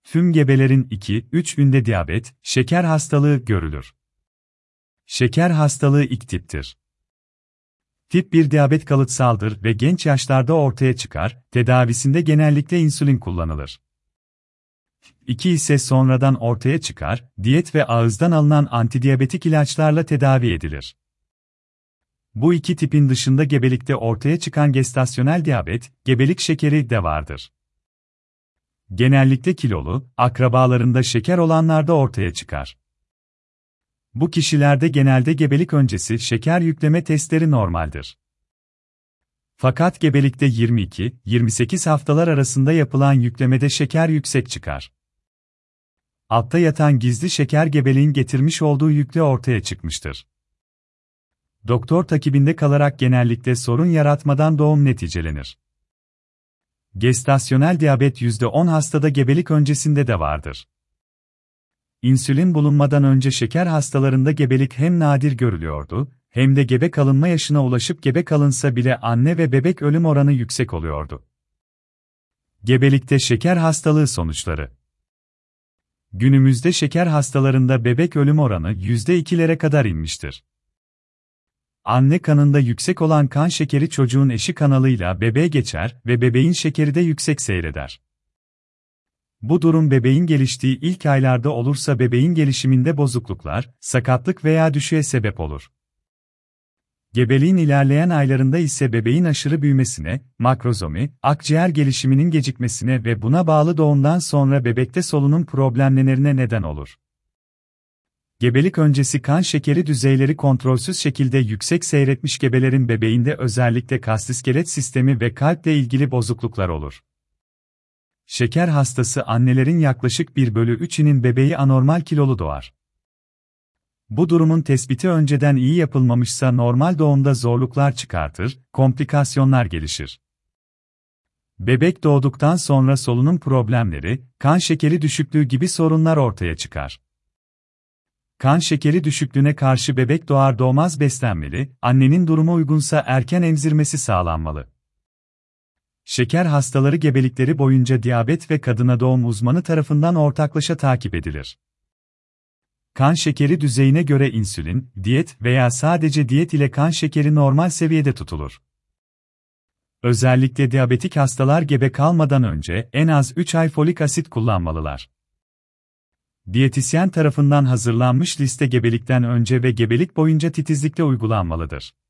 tüm gebelerin 2-3'ünde diyabet, şeker hastalığı görülür. Şeker hastalığı ilk tiptir. Tip 1 diyabet kalıtsaldır ve genç yaşlarda ortaya çıkar, tedavisinde genellikle insülin kullanılır. 2 ise sonradan ortaya çıkar, diyet ve ağızdan alınan antidiyabetik ilaçlarla tedavi edilir. Bu iki tipin dışında gebelikte ortaya çıkan gestasyonel diyabet, gebelik şekeri de vardır. Genellikle kilolu, akrabalarında şeker olanlarda ortaya çıkar. Bu kişilerde genelde gebelik öncesi şeker yükleme testleri normaldir. Fakat gebelikte 22-28 haftalar arasında yapılan yüklemede şeker yüksek çıkar. Altta yatan gizli şeker gebeliğin getirmiş olduğu yükle ortaya çıkmıştır. Doktor takibinde kalarak genellikle sorun yaratmadan doğum neticelenir. Gestasyonel diyabet %10 hastada gebelik öncesinde de vardır. İnsülin bulunmadan önce şeker hastalarında gebelik hem nadir görülüyordu, hem de gebe kalınma yaşına ulaşıp gebe kalınsa bile anne ve bebek ölüm oranı yüksek oluyordu. Gebelikte şeker hastalığı sonuçları. Günümüzde şeker hastalarında bebek ölüm oranı %2'lere kadar inmiştir. Anne kanında yüksek olan kan şekeri çocuğun eşi kanalıyla bebeğe geçer ve bebeğin şekeri de yüksek seyreder. Bu durum bebeğin geliştiği ilk aylarda olursa bebeğin gelişiminde bozukluklar, sakatlık veya düşüğe sebep olur. Gebeliğin ilerleyen aylarında ise bebeğin aşırı büyümesine, makrozomi, akciğer gelişiminin gecikmesine ve buna bağlı doğumdan sonra bebekte solunum problemlerine neden olur. Gebelik öncesi kan şekeri düzeyleri kontrolsüz şekilde yüksek seyretmiş gebelerin bebeğinde özellikle kastiskelet sistemi ve kalple ilgili bozukluklar olur. Şeker hastası annelerin yaklaşık 1/3'inin bebeği anormal kilolu doğar. Bu durumun tespiti önceden iyi yapılmamışsa normal doğumda zorluklar çıkartır, komplikasyonlar gelişir. Bebek doğduktan sonra solunum problemleri, kan şekeri düşüklüğü gibi sorunlar ortaya çıkar. Kan şekeri düşüklüğüne karşı bebek doğar doğmaz beslenmeli, annenin durumu uygunsa erken emzirmesi sağlanmalı. Şeker hastaları gebelikleri boyunca diyabet ve kadına doğum uzmanı tarafından ortaklaşa takip edilir. Kan şekeri düzeyine göre insülin, diyet veya sadece diyet ile kan şekeri normal seviyede tutulur. Özellikle diyabetik hastalar gebe kalmadan önce en az 3 ay folik asit kullanmalılar. Diyetisyen tarafından hazırlanmış liste gebelikten önce ve gebelik boyunca titizlikle uygulanmalıdır.